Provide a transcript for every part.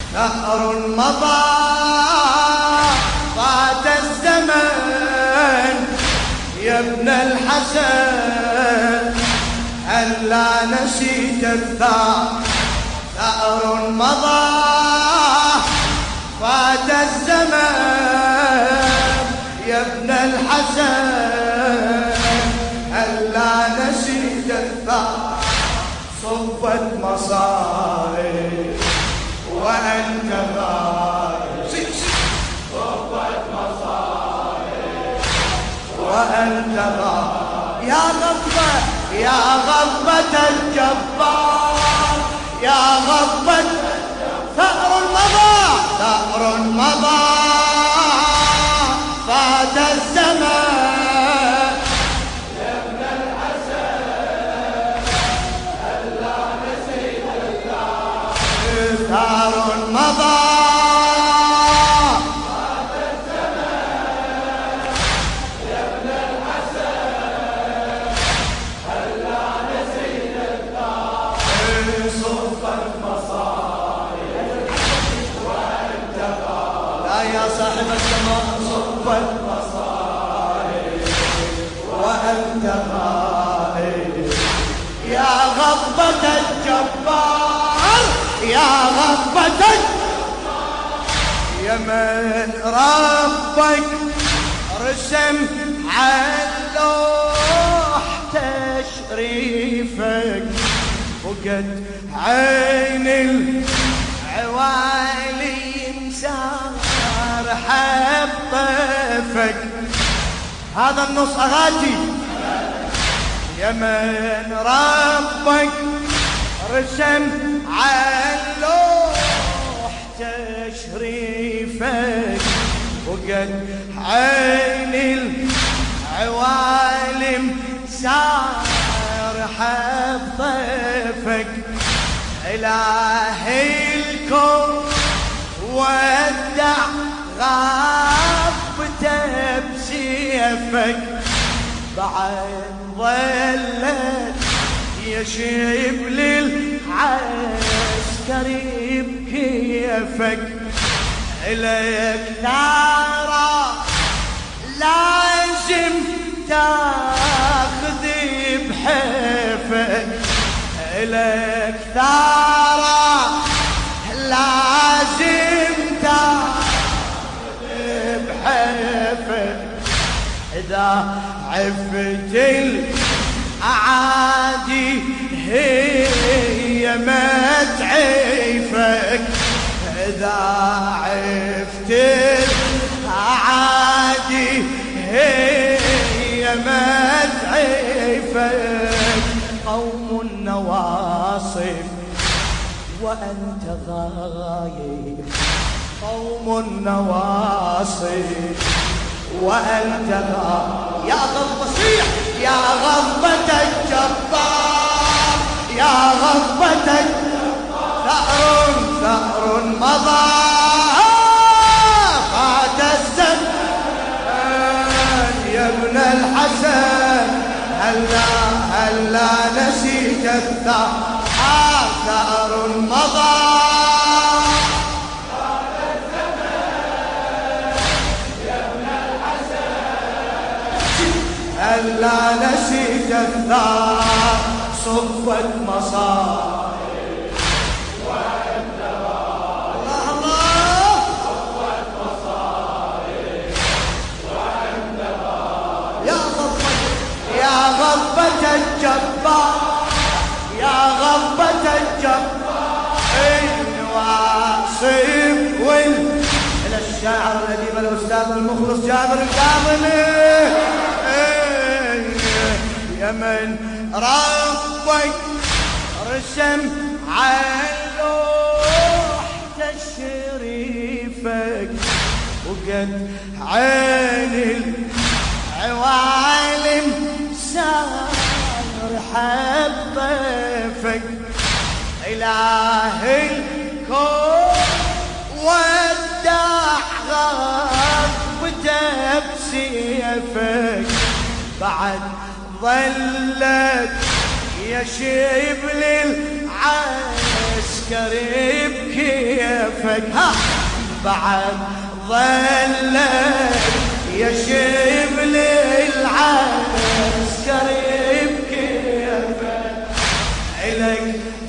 ثأر مضى فات الزمن يا ابن الحسن هلا نسيت الثار. ثأر مضى فات الزمن يا ابن الحسن هلا نسيت الثار. صفت مصائب وأنت غايب. صفت مصائب وأنت غايب. يا غضبة يا غضبة الجبار يا غضبة ثأر مضى. ثأر مضى فات الزمان يا ابن الحسن هلا نسيت الثار. ثأر مضى فات الزمان يا ابن الحسن هلا نسيت الثار. صفت مصائب وأنت غايب. لا يا صاحب السماء صفت مصائب وأنت غايب. يا غضبة الجبار يا غضبة الجبار يا من ربك رسم على تشريفك وقد عين العوالي مسار حب طيفك. هذا النص أغاتي. يا من ربك رسم على تشريفك وقد عين العوالم سار حب طيفك. إله الكون ودع غابته بسيفك بعد ظلت يشيب للعسكري بكيفك. إليك نارا لازم تاخذ بحيفك. إليك ثارة لازم تاخذ بحيفك. إذا عفت الأعادي هي ما تعيفك. إذا عفت الأعادي هي ما تعيفك. قوم النواصف وأنت غايب. قوم النواصف وأنت غايب. يا غضبة صيح يا غضبة الجبار يا غضبة الجبار. ثأر مضى فات الزمان يا ابن الحسن هلا نسيت الثأر. ثأر مضى فات الزمان يا ابن الحسن هلا نسيت الثأر. صفت مصائب وأنت غايب. الله صفت مصائب وأنت غايب. يا غضبة الجبار يا غضبة الجبار. الواصف إلى الشاعر الأديب الأستاذ المخلص جابر الكامل. يا من ربك رسم على لوح تشريفك وقد عين العوالم سار حب طيفك. إله الكون ودع غضبته بسيفك بعد ظلت يشيب للعسكر عسكري بكيفك ها بعد ظلت يا شبل العسكري بكيفك إلك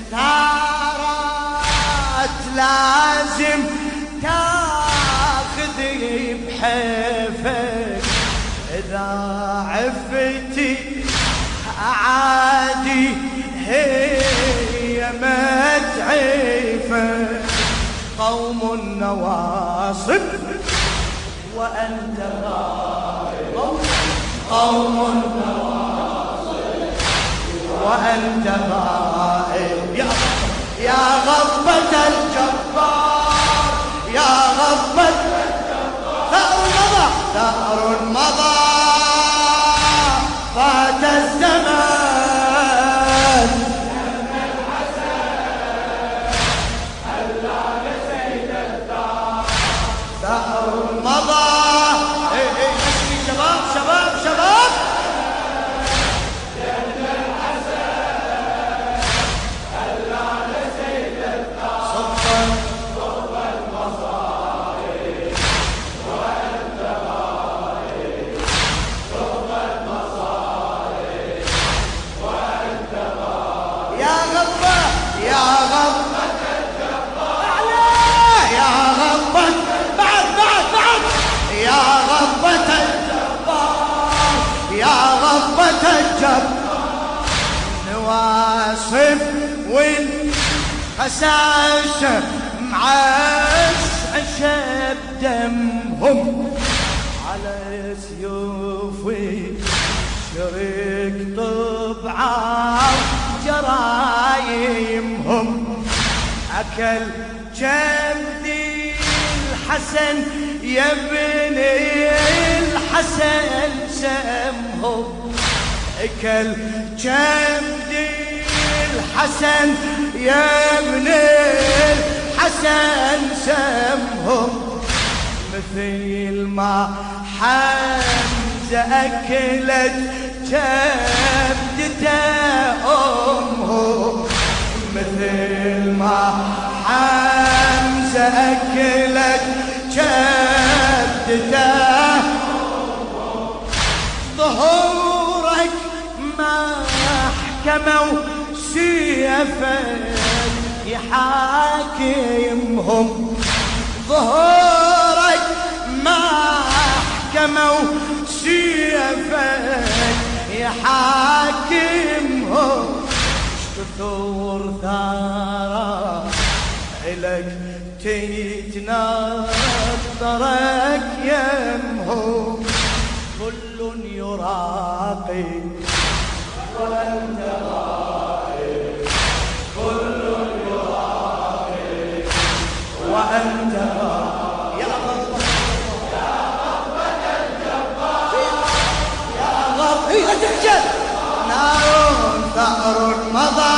ثارات لازم تاخذ بحيفك إذا عفتي عادي هي ما تعيفك قوم النواصب وأنت غائب قوم النواصب وأنت غائب يا غضبة الجبار يا غضبة الجبار ثأر مضى فات الزمان ثأر مضى شباب شباب شباب نواصف والخساسة معشعشة بدمهم على سيوفي شريك طبعا جرايمهم أكل جبدي الحسن يا ابني الحسن سمهم اكل جبدي الحسن يا ابن الحسن سمهم مثل ما حمزة أكلت جبدته أمهم مثل ما حمزة أكلت جبدته ظهورك محكمة وسيفك يحاكمهم ظهورك محكمة وسيفك يحاكمهم شكثور ثارة إلك تتنطرك يمهم كل يراقي وأنت غائب كل يراقي وأنت غائب يا غضبة الجبار يا غضبة لا تحجب نار ثأر مضى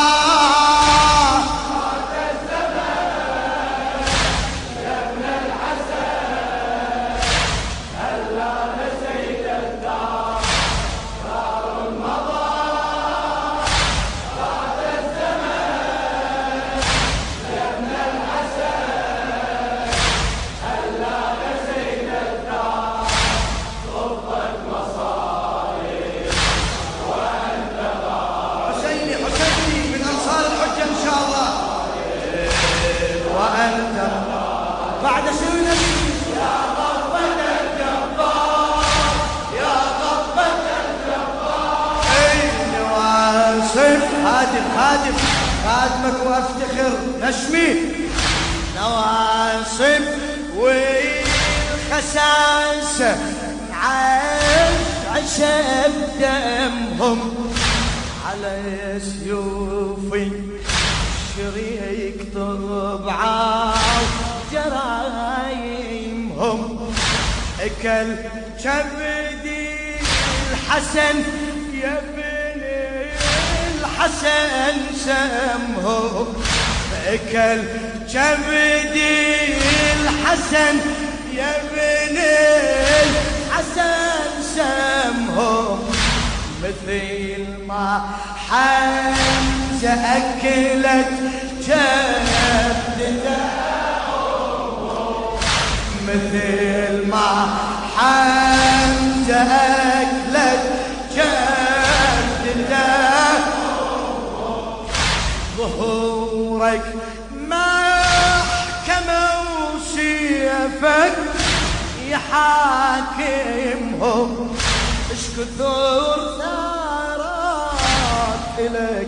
بعد شنو يا غضبة الجبار يا غضبة الجبار نواصف خادمك وافتخر نشمي نواصف والخساسة عشعشة بدمهم على سيوفي شريك طبعا جرايمهم اكل كبدي الحسن يا بني الحسن سمهم اكل كبدي الحسن يا بني الحسن سمهم مثل ما حمزة أكلت جدته مثل ما حمزة أكلت جدته ظهورك محكمة وسيفك يحاكمهم اش كثر ثارات إلك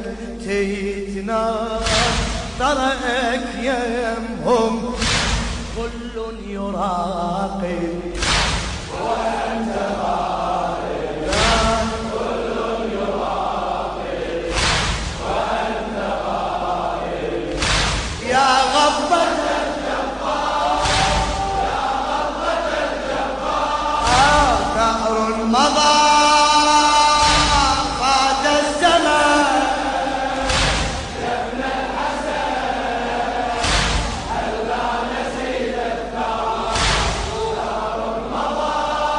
تتناثرك يمهم كل يراقب وأنت غائب كل يراقب وأنت غائب يا غضبة الجبار يا غضبة الجبار ثأر مضى فات الزمان يا ابن الحسن هلا نسيت الثرى ثأر مضى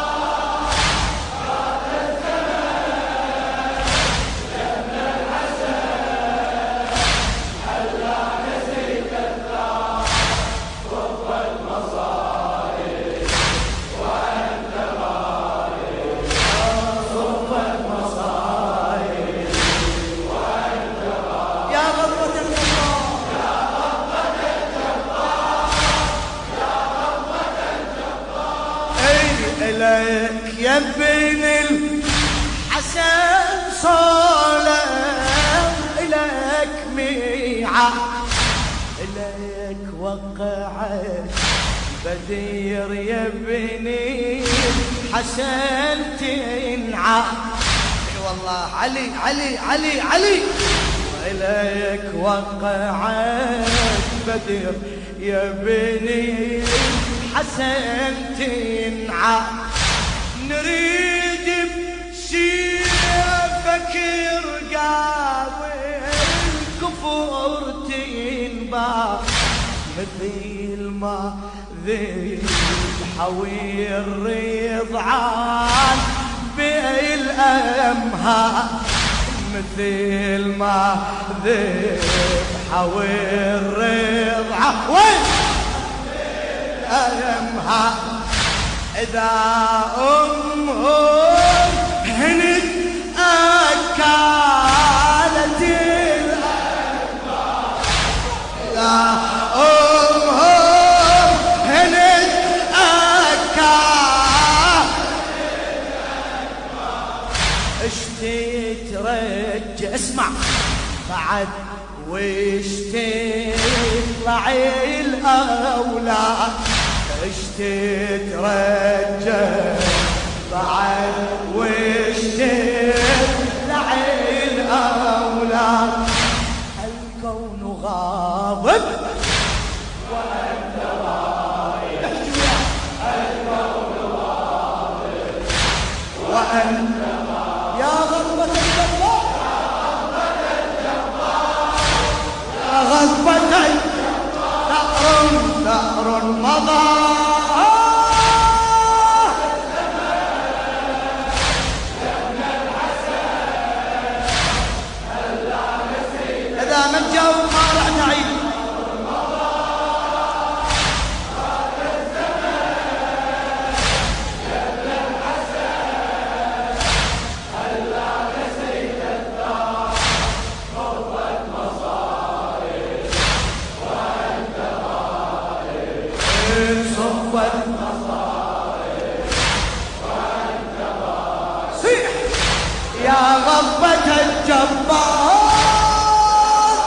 فات الزمان يا ابن الحسن هلا نسيت الثرى صف المصائب وأنت غائب صف المصائب وأنت غائب يا غضبة الجبار يا غضبة الجبار يا غضبة الجبار اي إليك يا ابن الحسن صالح إليك ميعاد إليك وقعت بدير يا ابني حسن تنعى والله علي علي علي علي إليك وقعت بدير يا ابني حسن تنعى نريد بسيفك رقاب الكفر تنبع مثل ما ذي الحوير رضعان بالأمها مثل ما ذي الحوير رضعان وين بالأمها إذا أمهم هنت أكالت الأكبر إذا أمهم هنت أكالت الأكبر اشتترجع اسمع بعد واشتطلع الأولاد اشتترجع بعد واشتطلع الأولاد الكون غاضب وأنت غائب الكون غاضب وأنت غائب يا غضبة الجبار يا غضبة الجبار ثأر مضى إذا ما تجاوب ما راح نعيد يا غضبة الجبار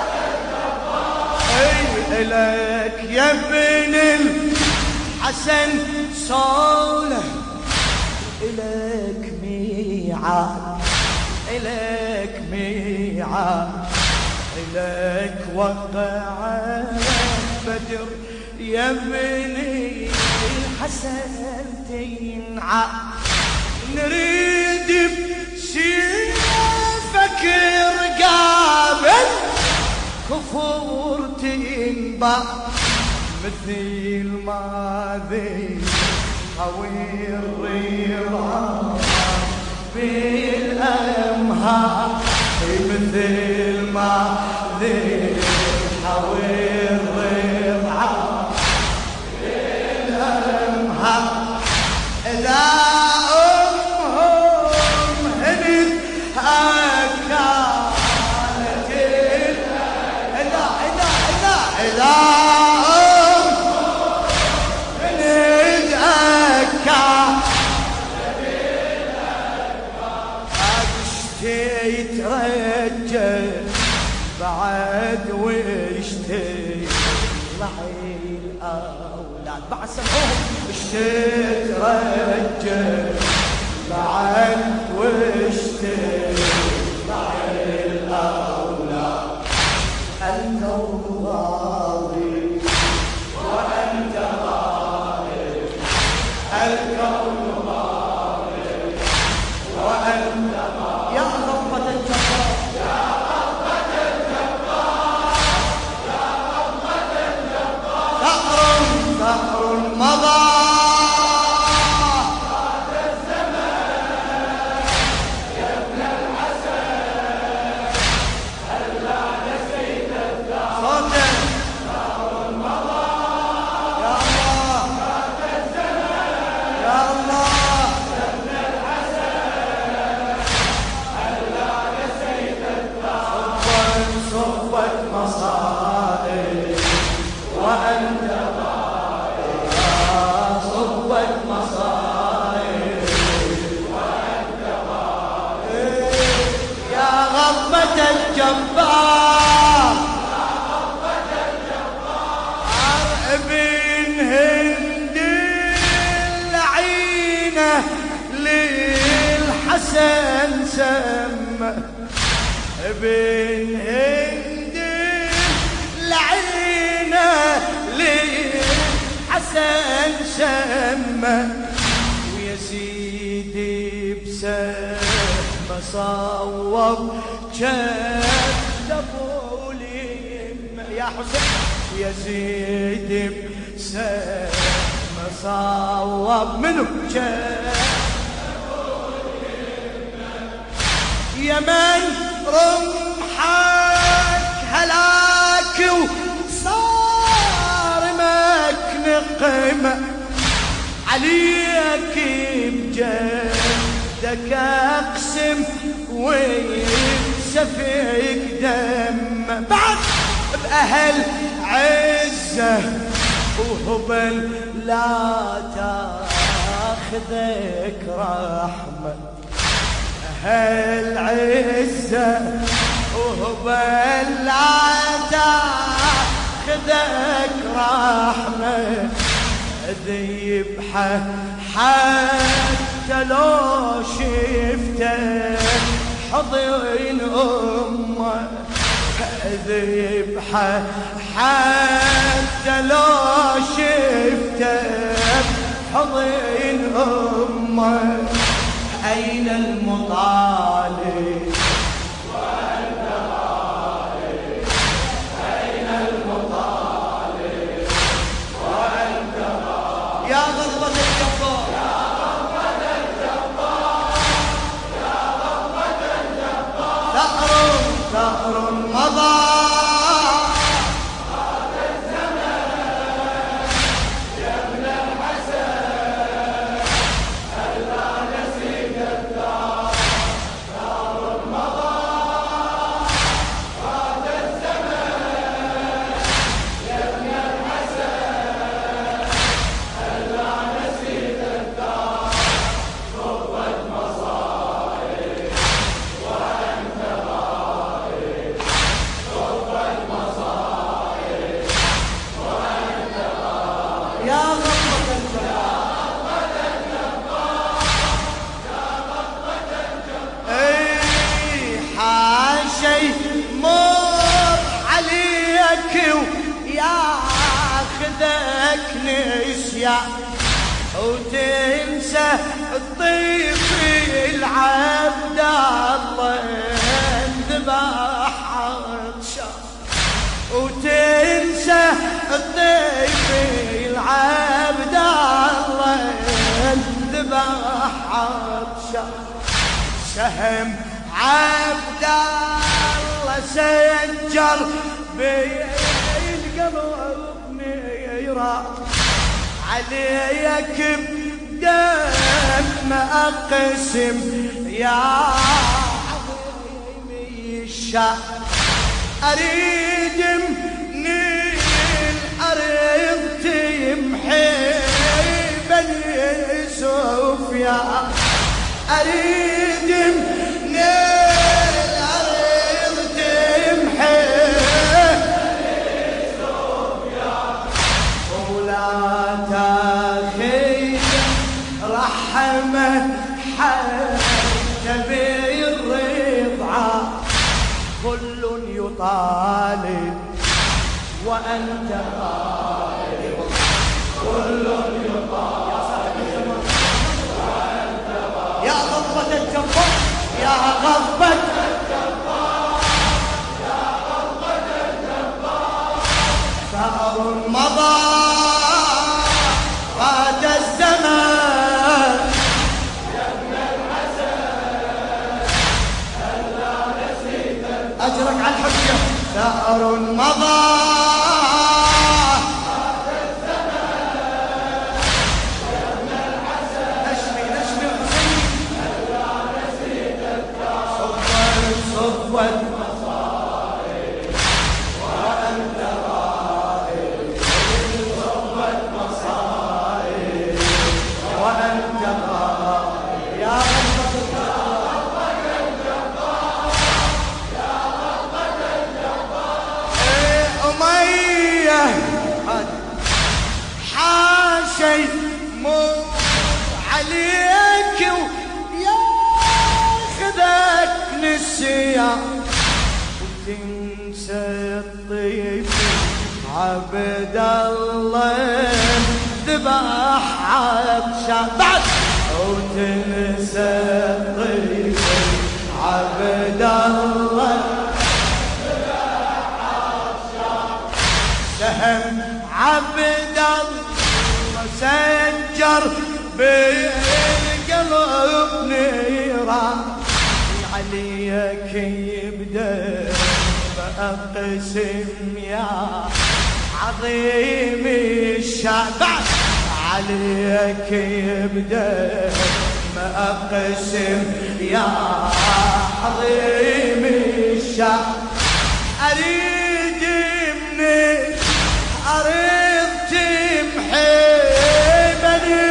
اي إليك يا ابن الحسن صالح إليك ميعاد إليك ميعاد إليك وقعت بدر يا ابني الحسن تنعى نريد بسيفك رقابل كفور تنبع مثل ما ذي قوي الرضا بالأمها مثل ما ذي والرضعة إلهمها إذا أمهم هنت أكانت إذا يترجى بعد واشتطلع الأولاد بعد سمعوهم اشتترجى بعد واشتطلع الأولاد أنت راضي وأنت غائب الكون راضي وأنت غائب يا ربة الجبار يا ربة الجبار يا ربة الجبار ثأر مضى بعد الزمان يا ابن الحسن هلا نسيت الدار صوتك ثأر مضى يا الله بعد الزمان يا الله يا ابن الحسن هلا نسيت الدار صفت مصائب وأنت صبت مصائب وأنت غائب يا غضبة الجبار يا غضبة الجبار ابن هند العينة للحسن سمى ابن هند العينة حسن سمى ويا سيدي بسم صوب كذبوا اليمة يا حسين يا سيدي بسم صوب منو كذبوا اليمة يا من رمحك هلاك نقمة عليك بجدك أقسم ويسفك دم بعد بأهل عزة وهبل لا تاخذك رحمة أهل عزة وهبل لا تاخذك رحمة ذيبحه حتى لو شفته حضن أمه ذيبحه حتى لو شفته حضن أمه أين المطالب وأنت غائب أين المطالب وأنت غائب يا غضبة الجبار يا غضبة الجبار يا غضبة الجبار ثأر مضى بعد الزمان يا ابن الحسن هلا نسيت الدار ثأر مضى بعد الزمان يا ابن الحسن هلا نسيت الدار صبت مصائب وأنت غائب صبت مصائب وأنت غائب يا غضبة الجبار اي حاشي مر عليك وياخذك نسيان وتنسى الطيف العبد الله انذبح عطشان وتنسى الطيف العبد الله انذبح عطشان سهم عبد الله سجر بيده عليك بدم أقسم يا عظيمي الشأن أريد من الأرض تمحي بني سفيان أريد من الأرض تمحي بني سفيان ولا تخيل رحمة حتى بالرضعة كل يطالب وأنت غالب كل يطالب وأنت غالب يا غضبة الجبار يا غضبة الجبار يا غضبة الجبار ثأر مضى فات الزمان يا ابن الحسن هلا نسيت أجرك على الحجة ثأر مضى فات الزمان يا ابن الحسن نشمي الحسين هلا نسيت الدار صفوت مصائب وأنت غائب صفوت مصائب وأنت غائب يا غضبة الجبار يا غضبة الجبار أمية حاشي مر عليك وياخذك نسيان وتنسى الطيب عبد الله ذبح عطشان بعد وتنسى الطيب عبد الله ذبح عطشان سهم عبد الله سجر بالقلب نيران عليك يبدأ فأقسم يا عظيم الشأن عليك يبدأ ما أقسم يا عظيم الشأن أريد من الأرض تمحي بني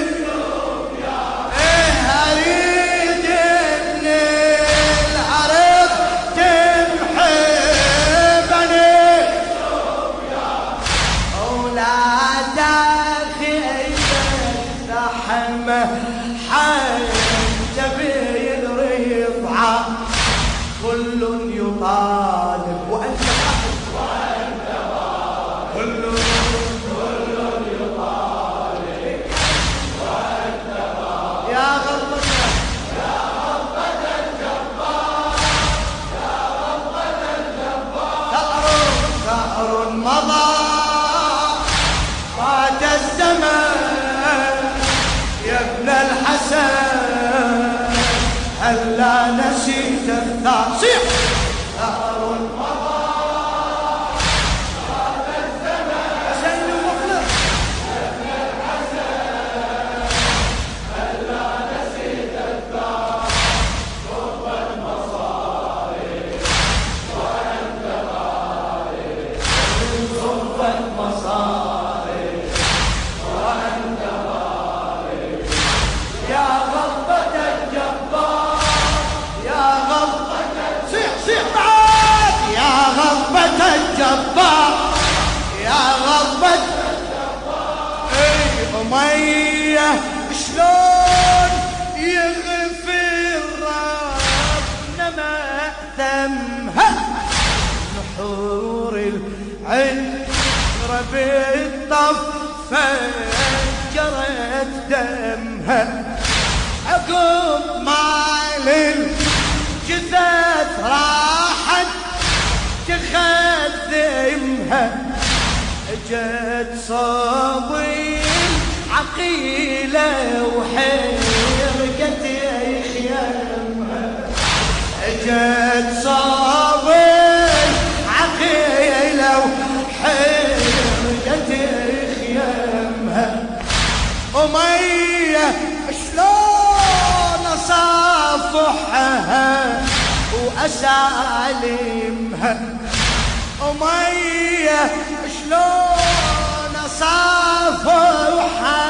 أريد من الأرض تمحي بني ولا تخيل رحمة حتى بالرضعة كل يطالب وأنت غالب كل يطالب وأنت غالب يا غضبة الجبار يا غضبة الجبار ثأر مضى فات الزمان يا ابن الحسن هلا نسيت الثار صيح ثأر مضى فات الزمان حسين ومخلص يا ابن الحسن هلا نسيت الثار صب المصائب وأنت غائب صب المصائب وأنت غائب يا غضبة الجبار يا غضبة صيح صيح بعد يا غضبة الجبار يا غضبة الجبار اي أمية شلون يغفر ربنا ما ذنبها نحور العشرة بالطف فجرت دمها عقب مال الجثث راحت تخدمها اجت صبي عقيلة وحرقت خيامها اجت صبي عقيلة وحرقت خيامها أمية شلون أصافحها وأسالمها، أمية شلون أصافحها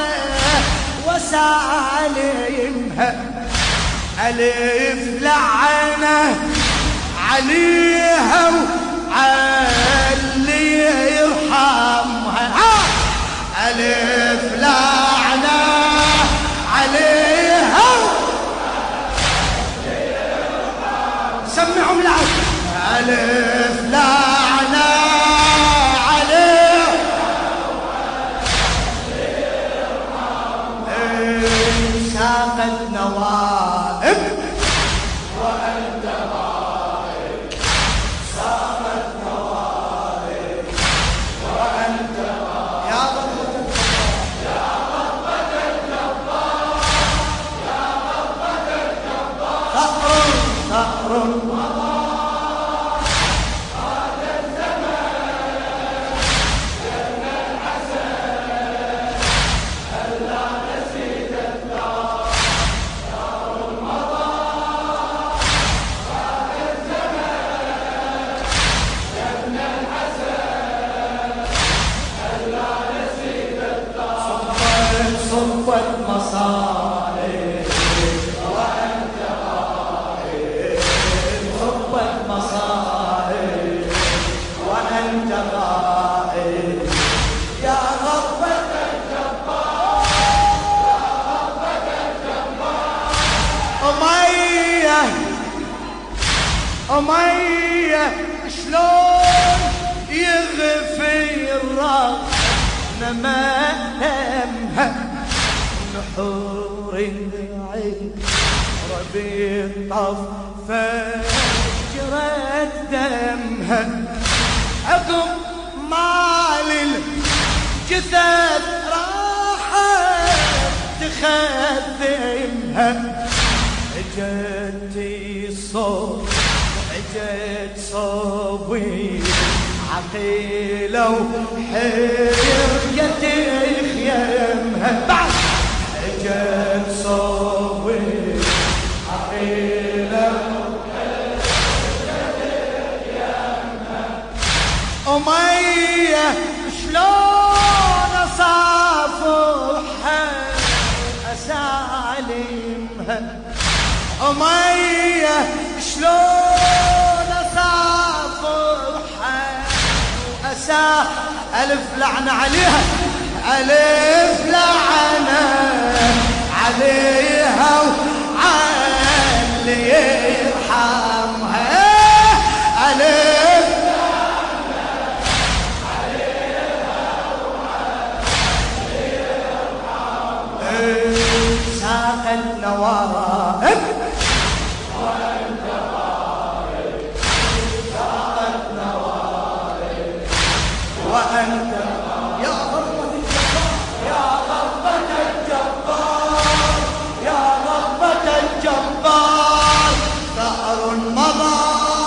وأسالمها، ألف لعنة عليها وعلي يرحمها، ألف لعنة عليها سمعهم العود، ألف لعنة عليها ساقت نوائب وأنت غائب، ساقت نوائب وأنت غائب، يا غضبة الجبار، يا غضبة الجبار، ثأر ثأر مضى بعد الزمان، يا ابن الحسن هلا نسيت الدار، ثأر مضى بعد الزمان، يا ابن الحسن هلا نسيت الدار، صفت مصالح وأنت غائب، صفت مصالح وأنت غائب، يا غضبة الجبار، يا غضبة الجبار، أمية أمية شلون يغفر ربنا ما همها، نحور العين ربيع طف فجرت دمها، عقب مال الجثث راحت تخدمها، اجت صوب اجت صوبي عقيلة وحرقت خيامها، بعد اجت صوبي عقيلة وحرقت خيامها، أمية شلون أصافحها أسالمها، أمية شلون أصافحها ألف لعنة عليها، ألف لعنة عليها وعلي يرحمها، ألف لعنة عليها وعلي يرحمها، ساقت نوائب وأنت غائب، ساقت نوائب وأنت يا غضبة الجبار، يا غضبة الجبار، يا غضبة الجبار، ثأر مضى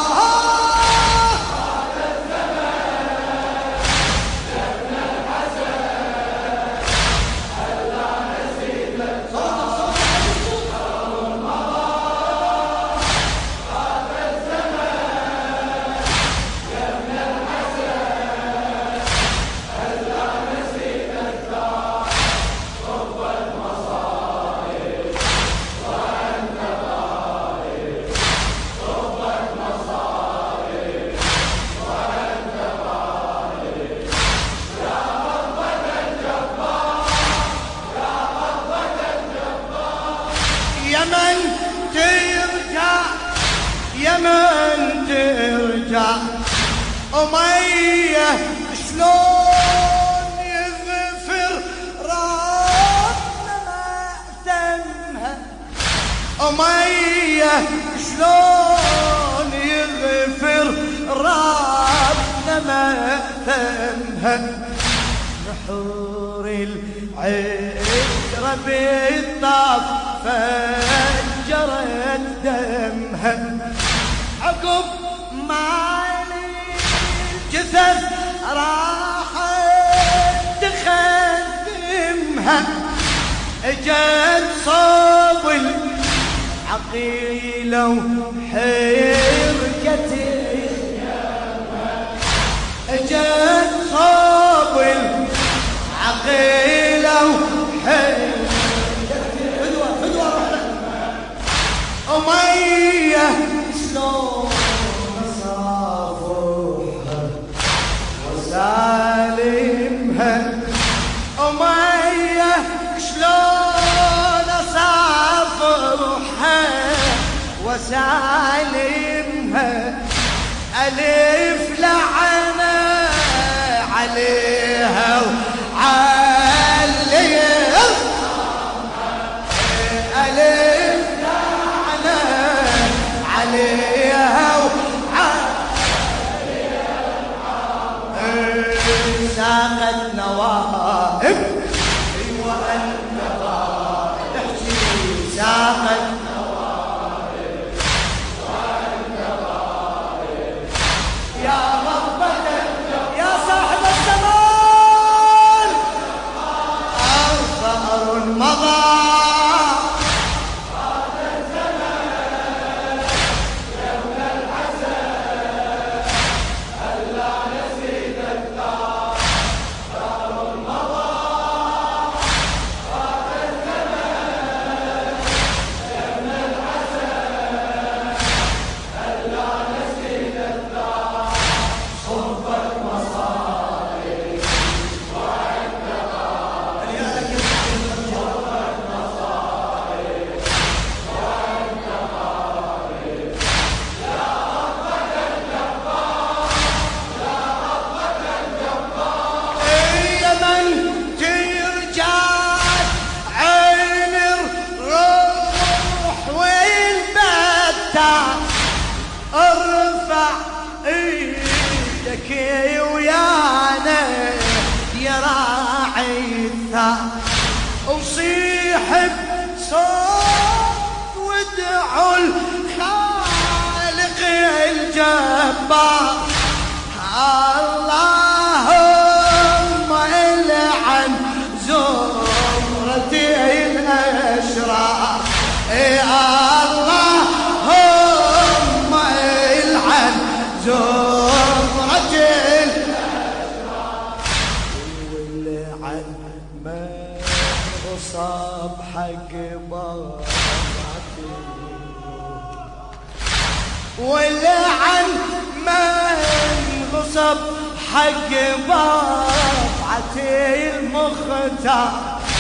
بعد الزمان، يا ابن الحسن هلا نسيت الدار، ثأر مضى بعد الزمان، يا ابن الحسن هلا نسيت الدار، صفت مصائب وأنت غائب، صفت مصائب وأنت غائب، يا غضبة الجبار، يا غضبة الجبار، يا من ترجع يا من ترجع، أمية شلون يغفر ربنا ما ذنبها، أمية شلون يغفر ربنا ما ذنبها، نحور العترة بالطف فجرت دمها، عقب مال اجت صوب العقيلة وحركتي، اجت صوب العقيلة وحركتي، فدوة فدوة أمية شلون صافوها وسالمها، أمية شلون صافوها وسالمها، ألف لعنة عليها وعليها، ألف لعنة عليها وعليها، ساقت نواهب وأنت غائب، تحكي ساقت نواهب وأنت غائب، يا ربك يا صاحب الزمان، ثأر مضى ارفع ايدك ويانا يا راعي الثار، وصيح بصوت وادعوا الخالق الجبار، اللهم العن زمرتي الاشرار، اللهم العن زمرة الأشرار، والعن من غصب حق بابعتي، والعن من غصب حق بابعتي المختار،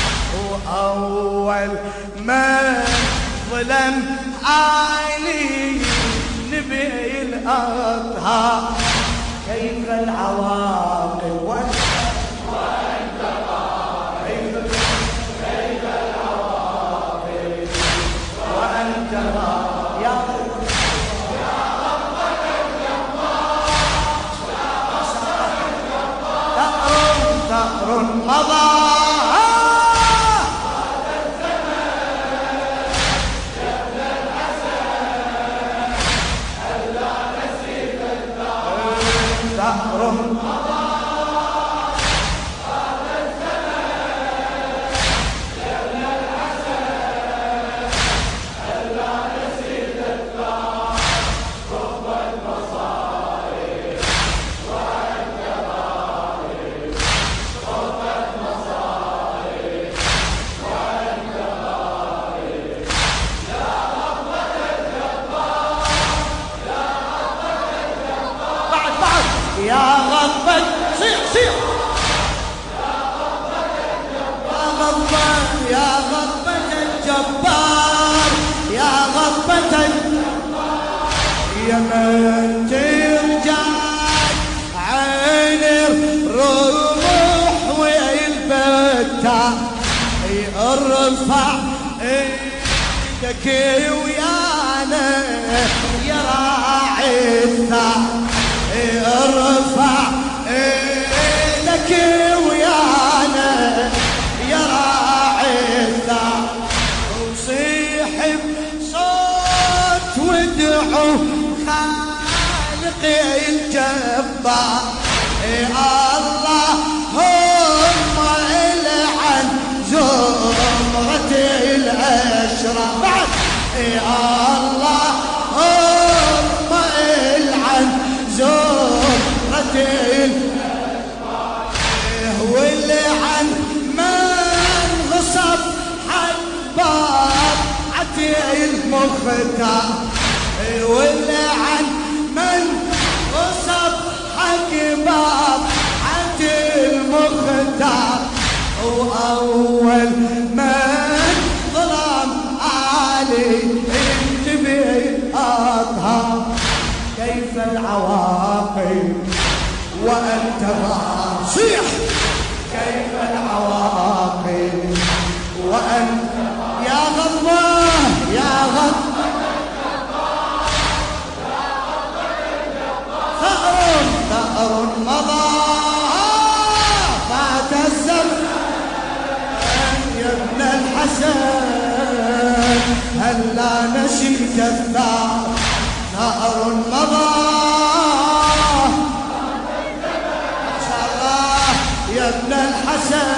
وأول من ظلم علي نبي الأطهار، كيف العواقب وأنت غائب، كيف العواقب وأنت غائب، يا ربك الجبار، ثأر مضى يا ربك صيح صيح، يا ربك الجبار، يا ربك الجبار، يا من ترجع عين الروح والبتة، ارفع ايدك ويانا يا راعي الثار، ارفع ايدك ويانا يا راعي الثار، وصيح بصوت وادعو خالق الجبار، اللهم العن زمرة اللهم العن زمرتي واللعن من غصب حباب عتي المختار واللعن من غصب حباب عتي المختار وأول من ظلم علي انتبه أطهر كيف العواقب وأنت صيح كيف العواقب وأنت يا غضبان يا غضبان ثأر مضى فات الزمان يا ابن الحسن هلا نشيت الثار ثأر مضى يا ابن الحسن